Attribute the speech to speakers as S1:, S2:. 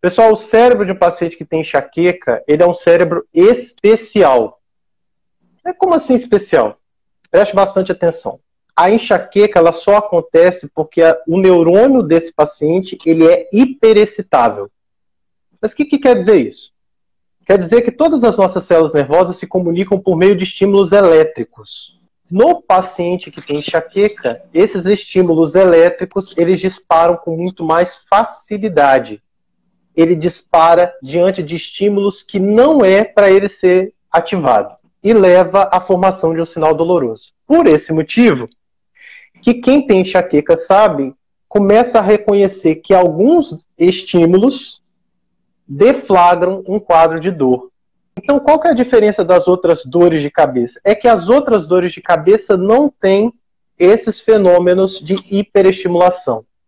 S1: Pessoal, o cérebro de um paciente que tem enxaqueca, ele é um cérebro especial. Como assim especial? Preste bastante atenção. A enxaqueca, ela só acontece porque o neurônio desse paciente, ele é hiperexcitável. Mas o que quer dizer isso? Quer dizer que todas as nossas células nervosas se comunicam por meio de estímulos elétricos. No paciente que tem enxaqueca, esses estímulos elétricos, eles disparam com muito mais facilidade. Ele dispara diante de estímulos que não é para ele ser ativado e leva à formação de um sinal doloroso. Por esse motivo, que quem tem enxaqueca sabe, começa a reconhecer que alguns estímulos deflagram um quadro de dor. Então, qual que é a diferença das outras dores de cabeça? É que as outras dores de cabeça não têm esses fenômenos de hiperestimulação.